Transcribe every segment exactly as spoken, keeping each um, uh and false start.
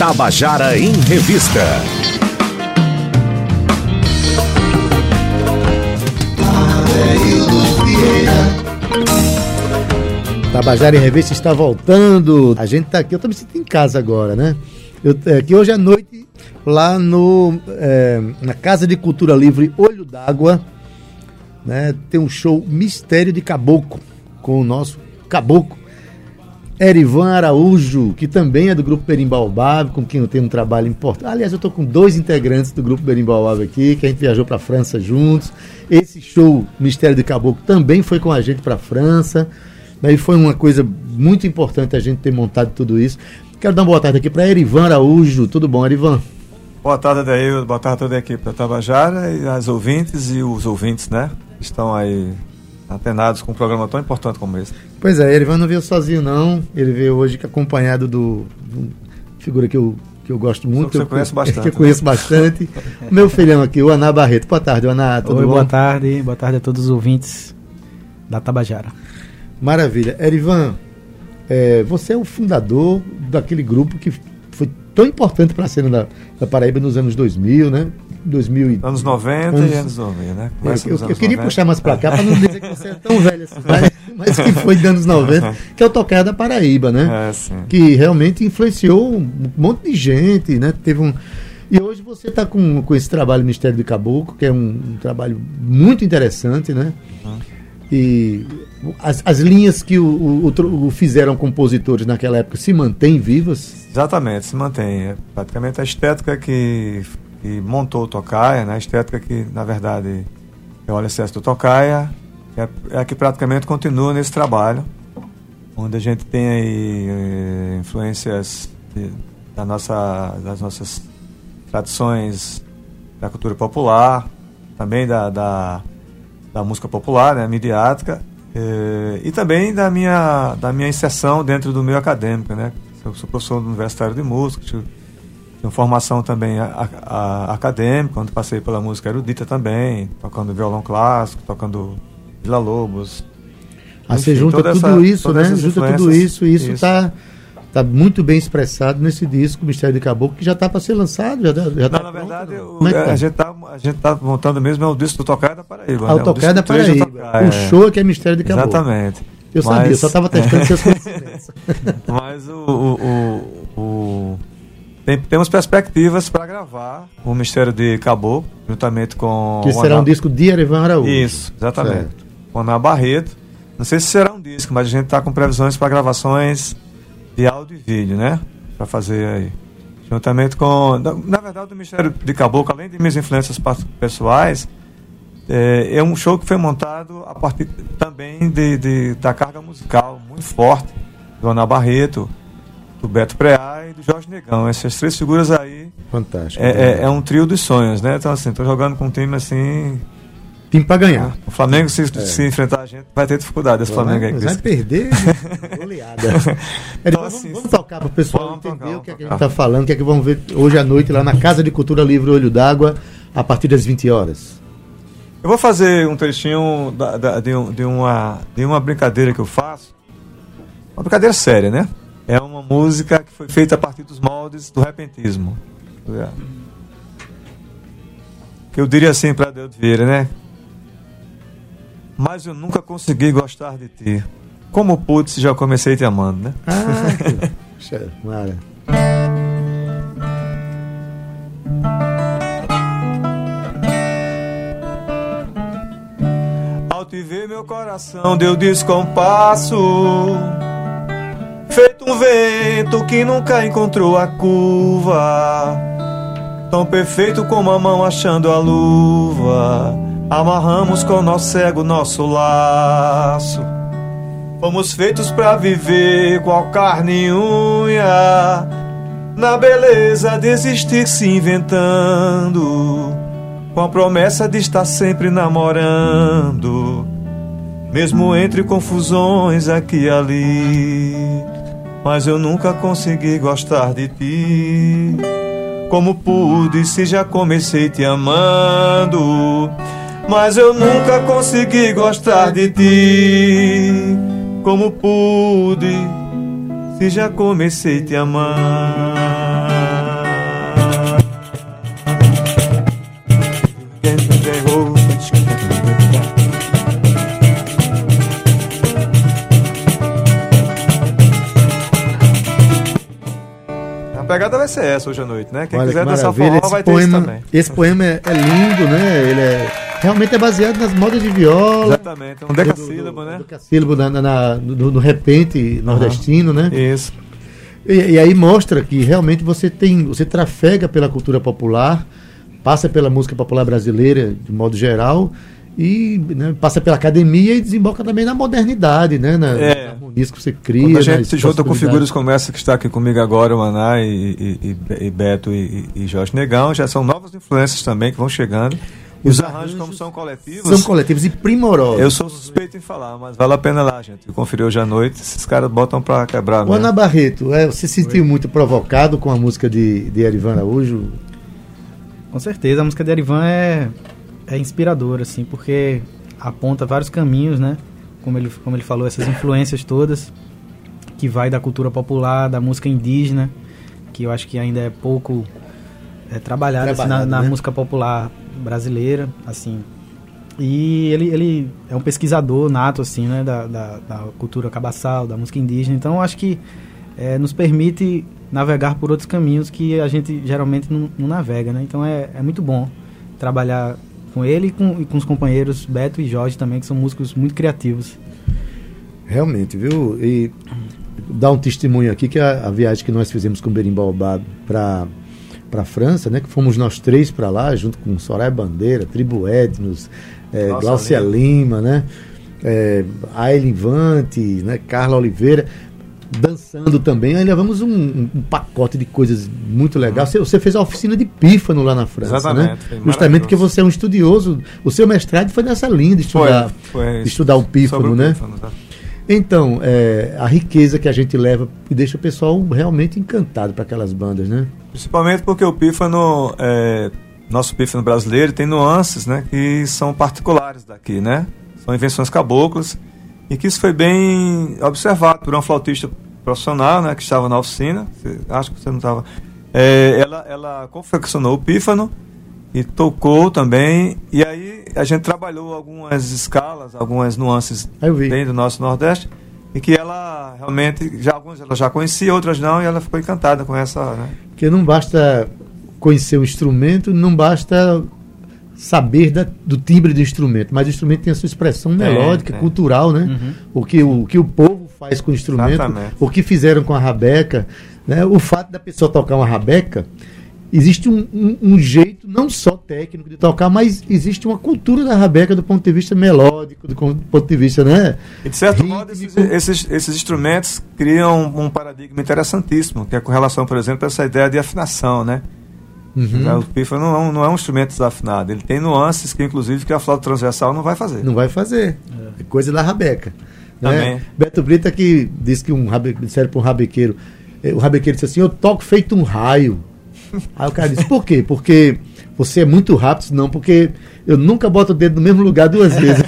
Tabajara em Revista. Tabajara em Revista está voltando. A gente está aqui, eu estou me sentindo em casa agora, né? Eu, é, aqui hoje à noite, lá no, é, na Casa de Cultura Livre Olho d'Água, né, tem um show Mistério de Caboclo, com o nosso caboclo, Erivan Araújo, que também é do Grupo Berimbaubá, com quem eu tenho um trabalho importante. Aliás, eu estou com dois integrantes do Grupo Berimbaubá aqui, que a gente viajou para a França juntos. Esse show Mistério de Caboclo também foi com a gente para a França. Daí foi uma coisa muito importante a gente ter montado tudo isso. Quero dar uma boa tarde aqui para Erivan Araújo. Tudo bom, Erivan? Boa tarde, Adair. Boa tarde a toda a equipe da Tabajara e as ouvintes e os ouvintes, né? Que estão aí atenados com um programa tão importante como esse. Pois é, Erivan não veio sozinho, não. Ele veio hoje acompanhado do, do figura que eu, que eu gosto muito. Que você conhece bastante. Que eu conheço bastante. Meu filhão aqui, o Aná Barreto. Boa tarde, Aná. Tudo Oi, bom? Boa tarde. Boa tarde a todos os ouvintes da Tabajara. Maravilha. Erivan, é, você é o fundador daquele grupo que foi tão importante para a cena da, da Paraíba nos anos dois mil, né? dois mil Anos noventa anos... e anos dois mil, né? Eu, eu, eu queria noventa. Puxar mais para cá, para não dizer que você é tão velho assim, mas, mas que foi dos anos noventa, que é o Tocaia da Paraíba, né? É, sim. Que realmente influenciou um monte de gente, né? Teve um... E hoje você está com, com esse trabalho Mistério de Caboclo, que é um, um trabalho muito interessante, né? Uhum. E as, as linhas que o, o, o fizeram compositores naquela época se mantêm vivas? Exatamente, se mantém. É praticamente a estética que, que montou o Tocaia, né? A estética que, na verdade, é o alicerce do Tocaia, é, é a que praticamente continua nesse trabalho, onde a gente tem aí é, influências de, da nossa, das nossas tradições da cultura popular, também da... da da música popular, né, midiática, eh, e também da minha, da minha inserção dentro do meio acadêmico, né? Eu sou professor universitário de música, tenho, tenho formação também a, a, a acadêmica, quando passei pela música erudita também, tocando violão clássico, tocando Vila Lobos. Ah, enfim, você junta tudo essa, isso, né? Junta tudo isso, e isso está... Está muito bem expressado nesse disco, Mistério de Caboclo, que já está para ser lançado. Já, já tá não, na pronto, verdade, não? O, é a, gente tá, a gente está montando mesmo é o disco do Tocaia da Paraíba. Ah, né? o Tocaia da Paraíba. Tocaia, o é. show é que é Mistério de Caboclo. Exatamente. Eu Mas, sabia, só estava testando seus conhecimentos. Mas o, o, o, o, tem, temos perspectivas para gravar o Mistério de Caboclo, juntamente com... Que será Ana... um disco de Erivan Araújo. Isso, exatamente. Certo. Com Ana Barreto. Não sei se será um disco, mas a gente está com previsões para gravações de áudio e vídeo, né? Para fazer aí. Juntamente com... Na, na verdade, o Mistério de Caboclo, além de minhas influências pessoais, é, é um show que foi montado a partir também de, de, da carga musical muito forte do Ana Barreto, do Beto Preá e do Jorge Negão. Essas três figuras aí... Fantástico. É, é, é um trio dos sonhos, né? Então, assim, estou jogando com um time assim... Time para ganhar. O Flamengo, se, é. se enfrentar a gente, vai ter dificuldade. Esse vai, Flamengo aí. Vai perder goleada. Então, vamos, assim, vamos tocar para o pessoal entender tocar, o que, é que a gente está falando, o que é que vamos ver hoje à noite lá na Casa de Cultura Livre Olho d'Água, a partir das vinte horas. Eu vou fazer um trechinho da, da, de, de, uma, de uma brincadeira que eu faço. Uma brincadeira séria, né? É uma música que foi feita a partir dos moldes do repentismo. Que eu diria assim para Deus Vieira, né? Mas eu nunca consegui gostar de ti. Como pude se já comecei te amando, né? Ah, que... Mara. Ao te ver meu coração deu descompasso, feito um vento que nunca encontrou a curva, tão perfeito como a mão achando a luva. Amarramos com nosso cego nosso laço. Fomos feitos pra viver qual carne e unha, na beleza de existir se inventando, com a promessa de estar sempre namorando, mesmo entre confusões aqui e ali. Mas eu nunca consegui gostar de ti. Como pude se já comecei te amando? Mas eu nunca consegui gostar de ti. Como pude se já comecei te amando? pegada vai ser essa hoje à noite, né? Quem Olha, quiser que dançar maravilha. forró Esse vai poema, ter isso também. Esse poema é, é lindo, né? Ele é, realmente é baseado nas modas de viola. Exatamente, um decassílabo, do, do, né? Do decassílabo na, na, na, no, no repente nordestino, né? Isso. E, e aí mostra que realmente você tem, você trafega pela cultura popular, passa pela música popular brasileira de modo geral e, né, passa pela academia e desemboca também na modernidade, né? Na, é. na harmonia que você cria. Quando a gente se junta com figuras como essa que está aqui comigo agora, o Maná e, e, e, e Beto e, e Jorge Negão, já são novas influências também que vão chegando. E os, os arranjos, arranjos, como são coletivos... São coletivos e primorosos. Eu sou suspeito em falar, mas vale a pena lá, gente. Eu conferi hoje à noite, esses caras botam pra quebrar. O Ana Barreto, é, você se sentiu Oi. muito provocado com a música de, de Erivan Araújo? Com certeza, a música de Erivan é, é inspiradora, assim, porque aponta vários caminhos, né? Como ele, como ele falou, essas influências todas, que vai da cultura popular, da música indígena, que eu acho que ainda é pouco é, trabalhada assim, na, na né? música popular brasileira, assim. E ele, ele é um pesquisador nato, assim, né? Da, da, da cultura cabaçal, da música indígena. Então, eu acho que é, nos permite navegar por outros caminhos que a gente geralmente não, não navega, né? Então, é, é muito bom trabalhar com ele e com, e com os companheiros Beto e Jorge também, que são músicos muito criativos. Realmente, viu? E dar um testemunho aqui que a, a viagem que nós fizemos com o Berimbau para para a França, né, que fomos nós três para lá, junto com Soraya Bandeira, Tribo Etnos, é, Glaucia Lima, né, é, Aileen Vante, né, Carla Oliveira, dançando também. Aí levamos um, um, um pacote de coisas muito legal. Hum. Você, você fez a oficina de pífano lá na França, exatamente, né? Justamente porque você é um estudioso. O seu mestrado foi nessa linha de estudar, foi, foi estudar o pífano, né? O pífano, tá? Então, é, a riqueza que a gente leva e deixa o pessoal realmente encantado para aquelas bandas, né? Principalmente porque o pífano, é, nosso pífano brasileiro, tem nuances, né, que são particulares daqui, né? São invenções caboclas e que isso foi bem observado por uma flautista profissional, né, que estava na oficina. Acho que você não estava. É, ela, ela confeccionou o pífano e tocou também, e aí a gente trabalhou algumas escalas, algumas nuances bem do nosso Nordeste, e que ela realmente, já algumas ela já conhecia, outras não, e ela ficou encantada com essa, né? Porque não basta conhecer o instrumento, não basta saber da, do timbre do instrumento, mas o instrumento tem a sua expressão melódica, é, é. cultural, né? Uhum. O, que, o, o que o povo faz com o instrumento, exatamente. O que fizeram com a rabeca, né? O fato da pessoa tocar uma rabeca, existe um, um, um jeito não só técnico de tocar, mas existe uma cultura da rabeca do ponto de vista melódico, do ponto de vista, né? E de certo Ritmico. modo, esses, esses, esses instrumentos criam um paradigma interessantíssimo, que é com relação, por exemplo, a essa ideia de afinação, né? Uhum. O pífano não, não é um instrumento desafinado, ele tem nuances que, inclusive, que a flauta transversal não vai fazer. Não vai fazer. É coisa da rabeca. Também. Né? Beto Brita que disse que um rabe, disseram para um rabequeiro, o rabequeiro disse assim: eu toco feito um raio. Aí o cara disse: por quê? Porque você é muito rápido? Não, porque eu nunca boto o dedo no mesmo lugar duas vezes.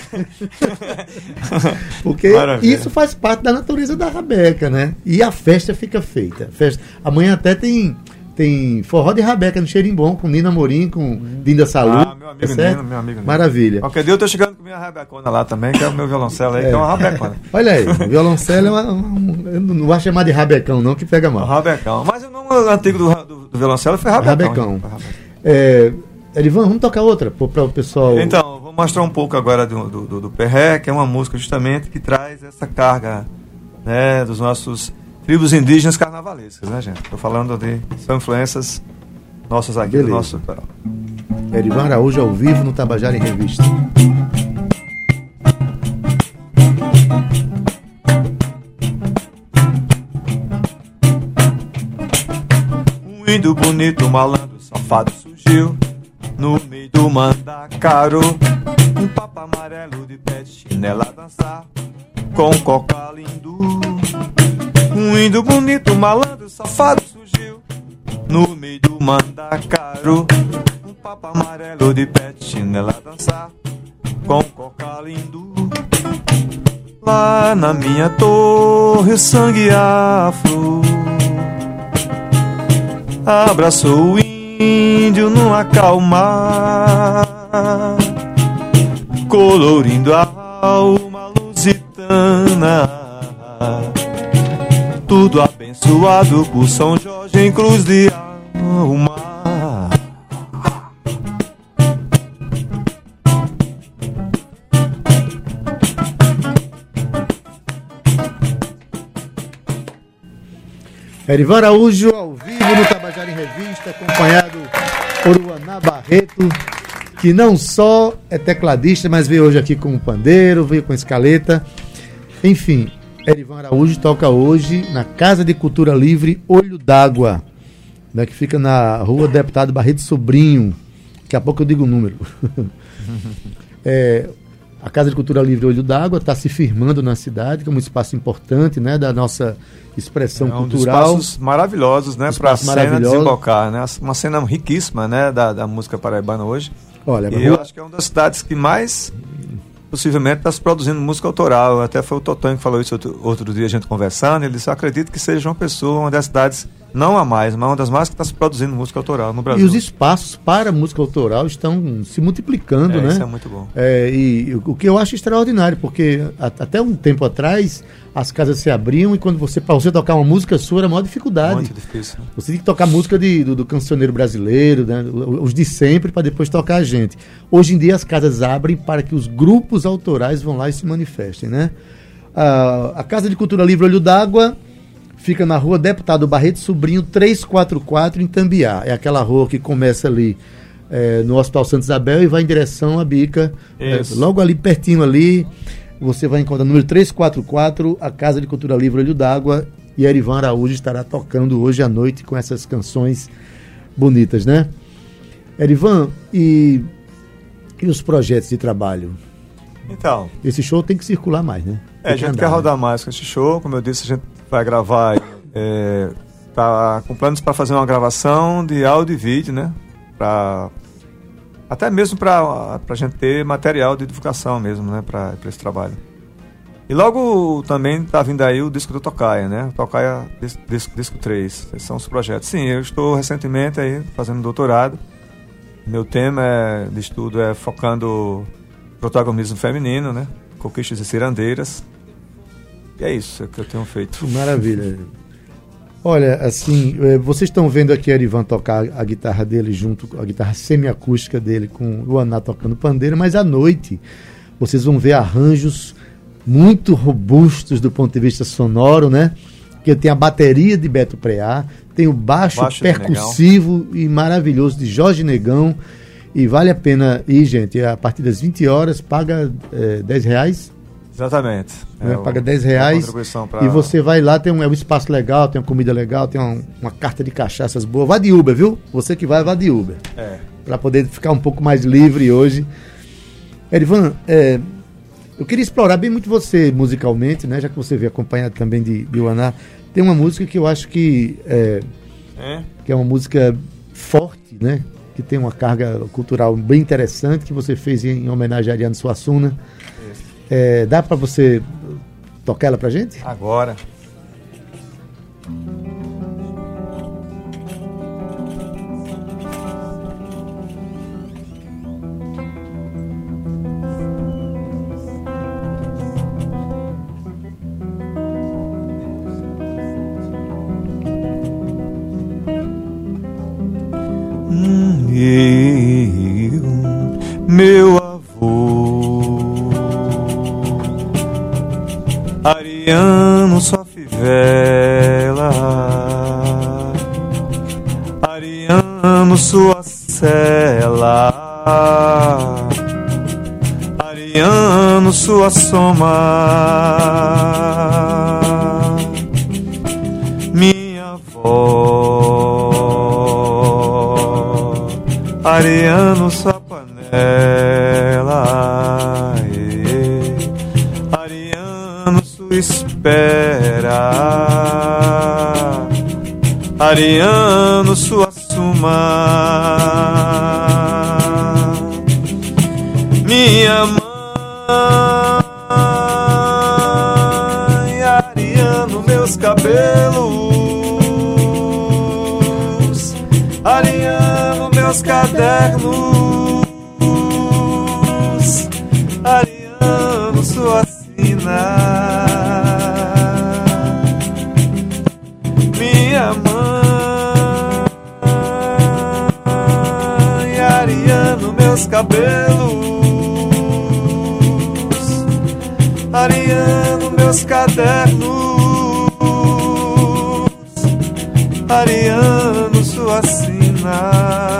Porque maravilha. Isso faz parte da natureza da rabeca, né? E a festa fica feita. Festa. Amanhã até tem, tem forró de rabeca no Xerimbom, com Nina Morim, com hum. Dinda Salu. Ah, meu amigo é Nino, meu amigo Nino. Maravilha. Qualquer dia eu tô chegando com minha rabecona lá também, que é o meu violoncelo aí, é. que é uma rabecona. Olha aí, o violoncelo é uma, um, eu não vou chamar de rabecão não, que pega mal. Um rabecão. Mas o nome antigo do, do, do violoncelo foi rabecão. Rabecão. É, Erivan, vamos tocar outra para o pessoal. Então, vou mostrar um pouco agora do, do, do, do Perré, que é uma música justamente que traz essa carga, né, dos nossos tribos indígenas carnavalescas, né, gente? Estou falando de são influências nossas aqui. Beleza. Do nosso litoral. Erivan Araújo ao vivo no Tabajara em Revista. Um índio bonito, malandro, safado surgiu no meio do Mandacaru. Um papo amarelo de pé de chinela a dançar com coca lindo. Um índio bonito, malandro, safado surgiu no meio do Mandacaru. Um papo amarelo de pé de chinela a dançar com coca lindo. Lá na minha torre o sangue afro abraçou o índio num acalmar, colorindo a alma lusitana. tudo abençoado por São Jorge em Cruz de Alma. Erivan Araújo ao vivo no Tabajara em Revista, acompanhado por Uaná Barreto, que não só é tecladista, mas veio hoje aqui com o pandeiro, veio com a escaleta. Enfim, Erivan Araújo toca hoje na Casa de Cultura Livre Olho d'Água, né, que fica na Rua Deputado Barreto Sobrinho. Daqui a pouco eu digo o número. é, a Casa de Cultura Livre Olho d'Água está se firmando na cidade como um espaço importante, né, da nossa expressão é um cultural. Dos espaços maravilhosos, né, para a cena desembocar, né, uma cena riquíssima, né, da, da música paraibana hoje. Olha, e eu acho que é uma das cidades que mais possivelmente está se produzindo música autoral. Até foi o Totonho que falou isso outro, outro dia, a gente conversando. Ele disse: acredito que seja uma pessoa, uma das cidades, não a mais, mas uma das mais que está se produzindo música autoral no Brasil. E os espaços para música autoral estão se multiplicando, é, né? Isso é muito bom. É, e o que eu acho extraordinário, porque a, até um tempo atrás as casas se abriam e quando você, para você tocar uma música sua, era a maior dificuldade. Muito difícil. Você tem que tocar música de, do, do cancioneiro brasileiro, né? Os de sempre, para depois tocar a gente. Hoje em dia as casas abrem para que os grupos autorais vão lá e se manifestem, né? A, a Casa de Cultura Livre Olho d'Água fica na Rua Deputado Barreto Sobrinho trezentos e quarenta e quatro, em Tambiá. É aquela rua que começa ali é, no Hospital Santa Isabel e vai em direção à Bica. É, logo ali, pertinho ali, você vai encontrar o número trezentos e quarenta e quatro, a Casa de Cultura Livre Olho d'Água, e Erivan Araújo estará tocando hoje à noite com essas canções bonitas, né? Erivan, e, e os projetos de trabalho? Então, esse show tem que circular mais, né? É, a gente andar, quer rodar, né, mais com esse show. Como eu disse, a gente vai gravar, é, tá com planos para fazer uma gravação de áudio e vídeo, né? Pra, até mesmo para a gente ter material de divulgação mesmo, né? Para esse trabalho. E logo também está vindo aí o disco do Tocaia, né? Tocaia disco, disco três. Esses são os projetos. Sim, eu estou recentemente aí fazendo doutorado. Meu tema é, de estudo é focando protagonismo feminino, né? Conquistas e cirandeiras. E é isso que eu tenho feito. Maravilha. Olha, assim, vocês estão vendo aqui a Erivan tocar a guitarra dele junto com a guitarra semiacústica dele, com o Aná tocando pandeiro, mas à noite vocês vão ver arranjos muito robustos do ponto de vista sonoro, né? Que tem a bateria de Beto Preá, tem o baixo, baixo percussivo e maravilhoso de Jorge Negão. E vale a pena ir, gente, a partir das vinte horas, paga é, dez reais. Exatamente. Né? É, paga dez reais pra... e você vai lá, tem um, é um espaço legal, tem uma comida legal, tem uma, uma carta de cachaças boa. Vá de Uber, viu? Você que vai, vá de Uber. É. Para poder ficar um pouco mais livre hoje. Erivan, é, eu queria explorar bem muito você musicalmente, né? Já que você veio acompanhado também de, de Uaná. Tem uma música que eu acho que é, é? que é uma música forte, né? Que tem uma carga cultural bem interessante, que você fez em homenagem a Ariano Suassuna. É, dá para você tocar ela pra gente? Agora. Hum, eu, meu avô Ariano sua fivela, Ariano sua cela, Ariano sua soma, minha avó Ariano sua panela, Ariano sua espera, Ariano sua suma, minha mãe Ariano meus cabelos, Ariano meus cadernos, Ariano sua sina, minha mãe, areando meus cabelos, areando meus cadernos, areando sua sina.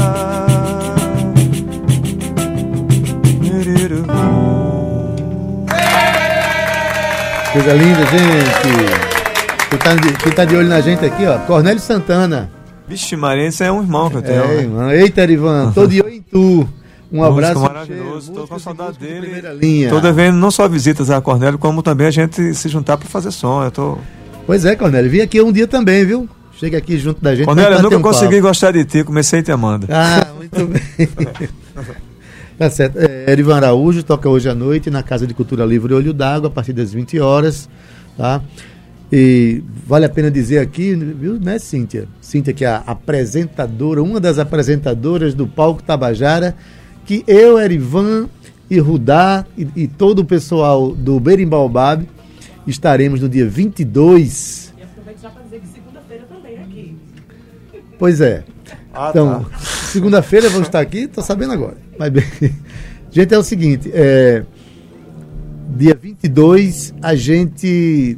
Coisa linda, gente. Quem tá, de, quem tá de olho na gente aqui, ó, Cornélio Santana. Vixe, Maria, esse é um irmão que eu tenho. É, irmão. Eita, Erivan, tô de olho em tu. Um abraço maravilhoso, estou com saudade dele. Estou devendo não só visitas a Cornélio, como também a gente se juntar para fazer som. Eu tô... Pois é, Cornélio, vim aqui um dia também, viu? Chega aqui junto da gente. Cornélio, eu nunca um consegui papo. Gostar de ti, comecei te amando. Ah, muito bem. Tá certo. É, Erivan Araújo toca hoje à noite na Casa de Cultura Livre Olho d'Água, a partir das vinte horas, tá? E vale a pena dizer aqui, viu, né, Cíntia? Cíntia, que é a apresentadora, uma das apresentadoras do Palco Tabajara, que eu, Erivan e Rudá e, e todo o pessoal do Berimbaubab estaremos no dia vinte e dois. E aproveito já para dizer que segunda-feira também é aqui. Pois é. Ah, então, tá. Segunda-feira vamos estar aqui, tô sabendo agora. Mas bem, gente, é o seguinte, é, dia vinte e dois a gente...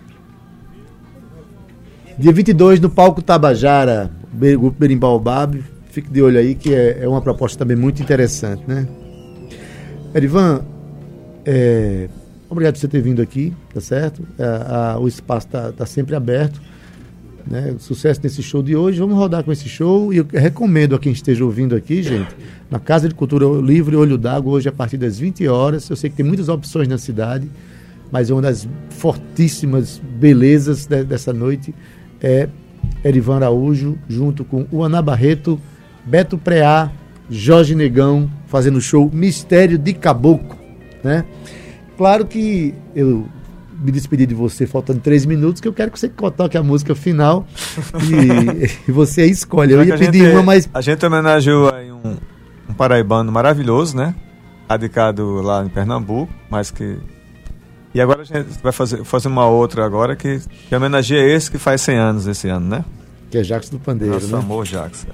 Dia vinte e dois no Palco Tabajara, Grupo Berimbaubab, fique de olho aí que é, é uma proposta também muito interessante, né? Erivan, é, obrigado por você ter vindo aqui, tá certo? A, a, o espaço tá, tá sempre aberto, né? Sucesso nesse show de hoje, vamos rodar com esse show e eu recomendo a quem esteja ouvindo aqui, gente, na Casa de Cultura Livre Olho d'Água, hoje a partir das vinte horas, eu sei que tem muitas opções na cidade, mas uma das fortíssimas belezas de, dessa noite é Erivan Araújo, junto com o Ana Barreto, Beto Preá, Jorge Negão, fazendo o show Mistério de Caboclo, né? Claro que eu me despedi de você faltando três minutos, que eu quero que você toque a música final e, e você escolhe. Eu ia pedir gente, uma, mas... A gente homenageou aí um, um paraibano maravilhoso, né? Radicado lá em Pernambuco, mas que... E agora a gente vai fazer, fazer uma outra agora que, que homenageia esse que faz cem anos esse ano, né? Que é Jacques do Pandeiro, Nosso né? amor Jacques.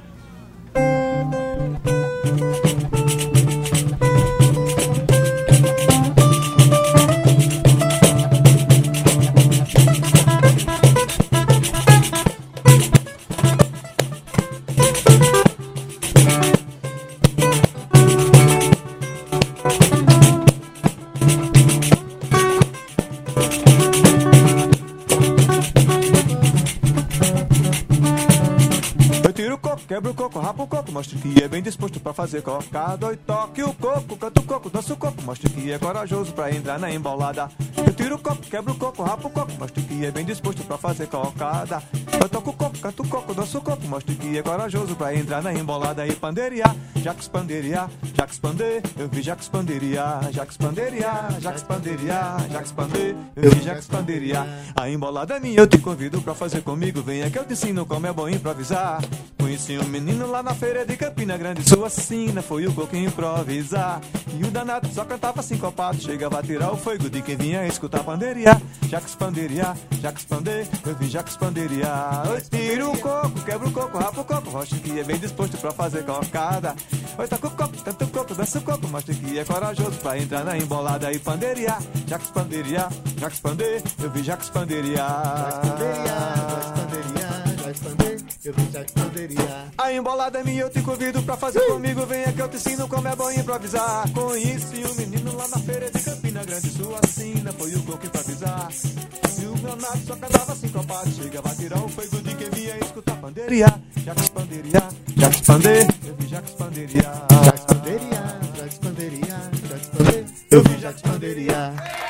Quebra o coco, rapa o coco, mostra que é bem disposto pra fazer cocada. E toque o coco, canta o coco, dança o coco, mostra que é corajoso pra entrar na embolada. Eu tiro o coco, quebra o coco, rapa o coco, mostra que é bem disposto pra fazer cocada. Eu toco o coco, canto o coco, danço o coco, mostra que é corajoso pra entrar na embolada. E pandeiria, Jacques pandeiria, Jacques pandê, eu vi Jacques pandeiria, Jacques pandeiria, Jacques pandeiria, Jacques pandê, eu vi Jacques pandeiria. A embolada é minha, eu te convido pra fazer comigo, venha que eu te ensino como é bom improvisar. Conheci um menino lá na feira de Campina Grande, sua sina foi o coco improvisar. E o danado só cantava sincopado, chegava a tirar o fogo de quem vinha escutar pandeiria. Jacques pandeiria, Jacques pandê, eu vi Jacques pandeiria. Oi, tiro o coco, quebra o coco, rapa o coco, mostra que é bem disposto pra fazer cocada. Oi, toca o coco, canta o coco, dança o coco, mostra que é corajoso pra entrar na embolada. E pandeiria, Jacques pandeiria, Jacques pandê, eu vi Jacques pandeiria. Jacques pandeiria, Jacques pandeiria, Jacques pandê, eu vi Jacques pandeiria. A embolada é minha, eu te convido pra fazer uh! comigo, venha que eu te ensino como é bom improvisar. Conheci um menino lá na feira de Campina Grande, sua sina foi o coco improvisar. E o granado só cantava sincopado, chegava a tirar o fogo de quem vinha escutar pandeiria. Jacques pandeiria, Jacques pandê, eu vi Jacques pandeiria. Jacques pandeiria, Jacques pandeiria, Jacques pandê, eu vi Jacques pandeiria.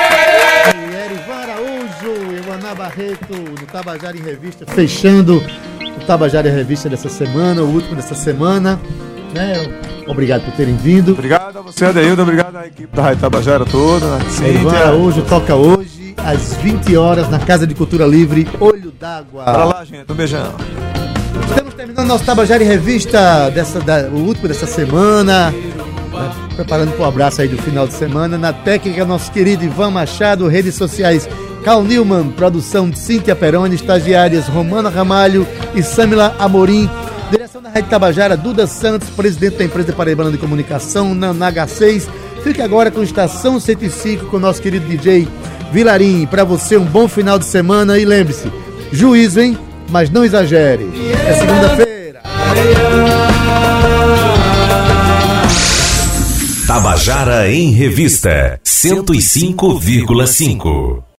Erivan Araújo e o Ana Barreto do Tabajara em Revista, fechando o Tabajara em Revista dessa semana, o último dessa semana, né? Obrigado por terem vindo. Obrigado a você, Adeildo, obrigado à equipe da Rádio Tabajara toda. Erivan Araújo toca hoje às vinte horas na Casa de Cultura Livre Olho d'Água. Bora lá, gente, um beijão. Estamos terminando nosso Tabajara em Revista, dessa, da, o último dessa semana, né? Preparando para o abraço aí do final de semana. Na técnica, nosso querido Ivan Machado, redes sociais Carl Newman, produção de Cíntia Peroni, estagiárias Romana Ramalho e Samila Amorim, direção da Rádio Tabajara, Duda Santos, presidente da empresa Paraibana de Comunicação, na H seis. Fique agora com Estação cento e cinco com o nosso querido D J Vilarim. Para você, um bom final de semana e lembre-se, juízo, hein? Mas não exagere. É segunda-feira. Tabajara em Revista, cento e cinco vírgula cinco.